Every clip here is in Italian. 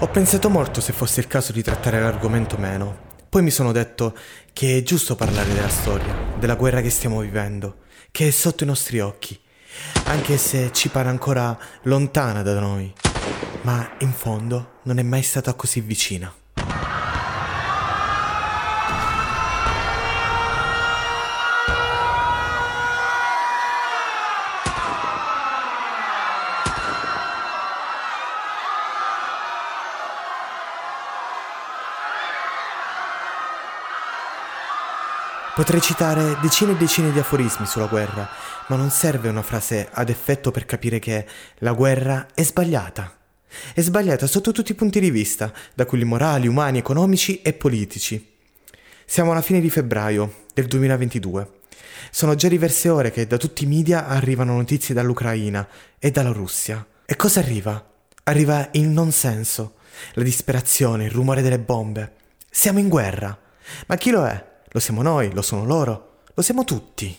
Ho pensato molto se fosse il caso di trattare l'argomento o meno. Poi mi sono detto che è giusto parlare della storia, della guerra che stiamo vivendo, che è sotto i nostri occhi, anche se ci pare ancora lontana da noi, ma in fondo non è mai stata così vicina. Potrei citare decine e decine di aforismi sulla guerra, ma non serve una frase ad effetto per capire che la guerra è sbagliata. È sbagliata sotto tutti i punti di vista, da quelli morali, umani, economici e politici. Siamo alla fine di febbraio del 2022. Sono già diverse ore che da tutti i media arrivano notizie dall'Ucraina e dalla Russia. E cosa arriva? Arriva il non senso, la disperazione, il rumore delle bombe. Siamo in guerra. Ma chi lo è? Lo siamo noi, lo sono loro, lo siamo tutti.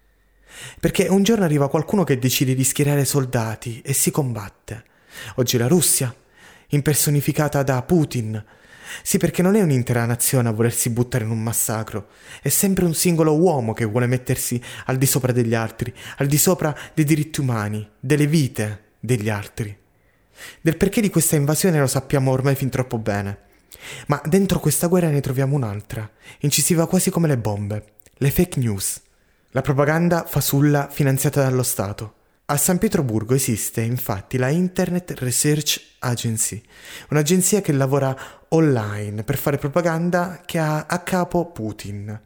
Perché un giorno arriva qualcuno che decide di schierare soldati e si combatte. Oggi la Russia, impersonificata da Putin. Sì, perché non è un'intera nazione a volersi buttare in un massacro, è sempre un singolo uomo che vuole mettersi al di sopra degli altri, al di sopra dei diritti umani, delle vite degli altri. Del perché di questa invasione lo sappiamo ormai fin troppo bene. Ma dentro questa guerra ne troviamo un'altra, incisiva quasi come le bombe, le fake news, la propaganda fasulla finanziata dallo Stato. A San Pietroburgo esiste infatti la Internet Research Agency, un'agenzia che lavora online per fare propaganda che ha a capo Putin.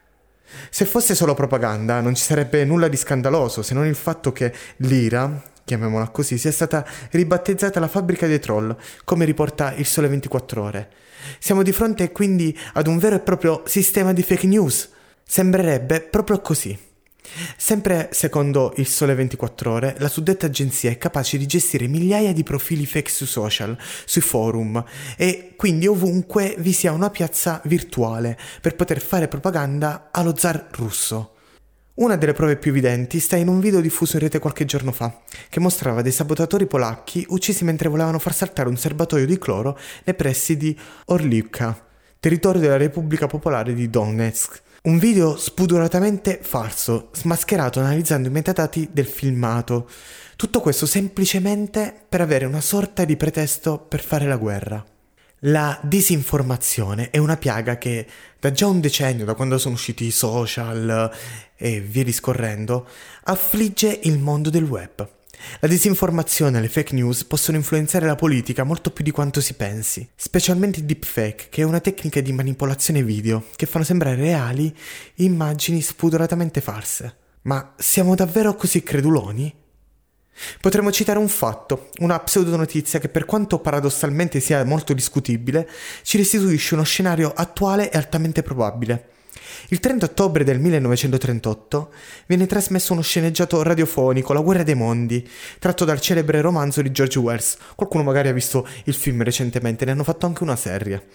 Se fosse solo propaganda non ci sarebbe nulla di scandaloso, se non il fatto che l'IRA, chiamiamola così, sia stata ribattezzata la fabbrica dei troll, come riporta il Sole 24 Ore. Siamo di fronte quindi ad un vero e proprio sistema di fake news. Sembrerebbe proprio così. Sempre secondo il Sole 24 Ore, la suddetta agenzia è capace di gestire migliaia di profili fake su social, sui forum e quindi ovunque vi sia una piazza virtuale per poter fare propaganda allo zar russo. Una delle prove più evidenti sta in un video diffuso in rete qualche giorno fa, che mostrava dei sabotatori polacchi uccisi mentre volevano far saltare un serbatoio di cloro nei pressi di Orliwka, territorio della Repubblica Popolare di Donetsk. Un video spudoratamente falso, smascherato analizzando i metadati del filmato. Tutto questo semplicemente per avere una sorta di pretesto per fare la guerra. La disinformazione è una piaga che da già un decennio, da quando sono usciti i social e via discorrendo, affligge il mondo del web. La disinformazione e le fake news possono influenzare la politica molto più di quanto si pensi, specialmente il deepfake, che è una tecnica di manipolazione video che fanno sembrare reali immagini spudoratamente false. Ma siamo davvero così creduloni? Potremmo citare un fatto, una pseudonotizia che per quanto paradossalmente sia molto discutibile, ci restituisce uno scenario attuale e altamente probabile. Il 30 ottobre del 1938 viene trasmesso uno sceneggiato radiofonico, La guerra dei mondi, tratto dal celebre romanzo di George Wells. Qualcuno magari ha visto il film recentemente, ne hanno fatto anche una serie.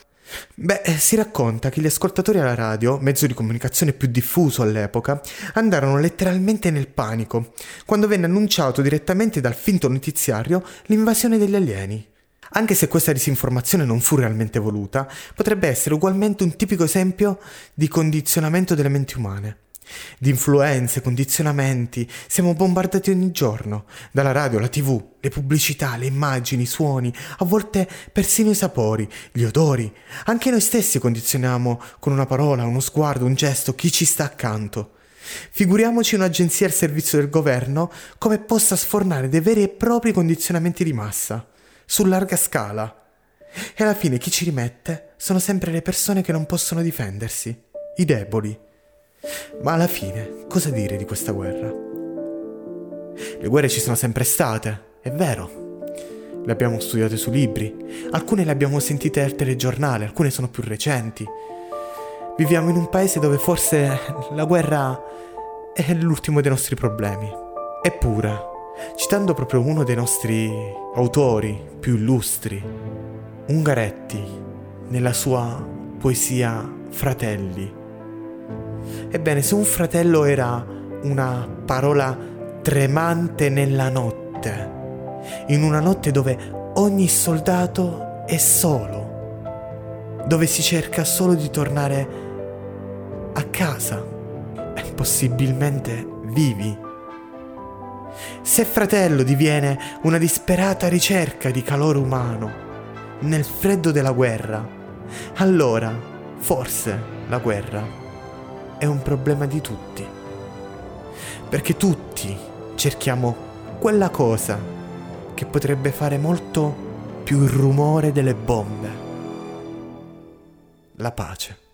Si racconta che gli ascoltatori alla radio, mezzo di comunicazione più diffuso all'epoca, andarono letteralmente nel panico quando venne annunciato direttamente dal finto notiziario l'invasione degli alieni. Anche se questa disinformazione non fu realmente voluta, potrebbe essere ugualmente un tipico esempio di condizionamento delle menti umane. Di influenze, condizionamenti, siamo bombardati ogni giorno, dalla radio, la TV, le pubblicità, le immagini, i suoni, a volte persino i sapori, gli odori. Anche noi stessi condizioniamo con una parola, uno sguardo, un gesto chi ci sta accanto. Figuriamoci un'agenzia al servizio del governo come possa sfornare dei veri e propri condizionamenti di massa, su larga scala. E alla fine chi ci rimette sono sempre le persone che non possono difendersi, i deboli. Ma alla fine, cosa dire di questa guerra? Le guerre ci sono sempre state, è vero. Le abbiamo studiate su libri, alcune le abbiamo sentite al telegiornale, alcune sono più recenti. Viviamo in un paese dove forse la guerra è l'ultimo dei nostri problemi. Eppure, citando proprio uno dei nostri autori più illustri, Ungaretti, nella sua poesia Fratelli. Ebbene, se un fratello era una parola tremante nella notte, in una notte dove ogni soldato è solo, dove si cerca solo di tornare a casa e possibilmente vivi. Se fratello diviene una disperata ricerca di calore umano nel freddo della guerra, allora forse la guerra è un problema di tutti, perché tutti cerchiamo quella cosa che potrebbe fare molto più rumore delle bombe: la pace.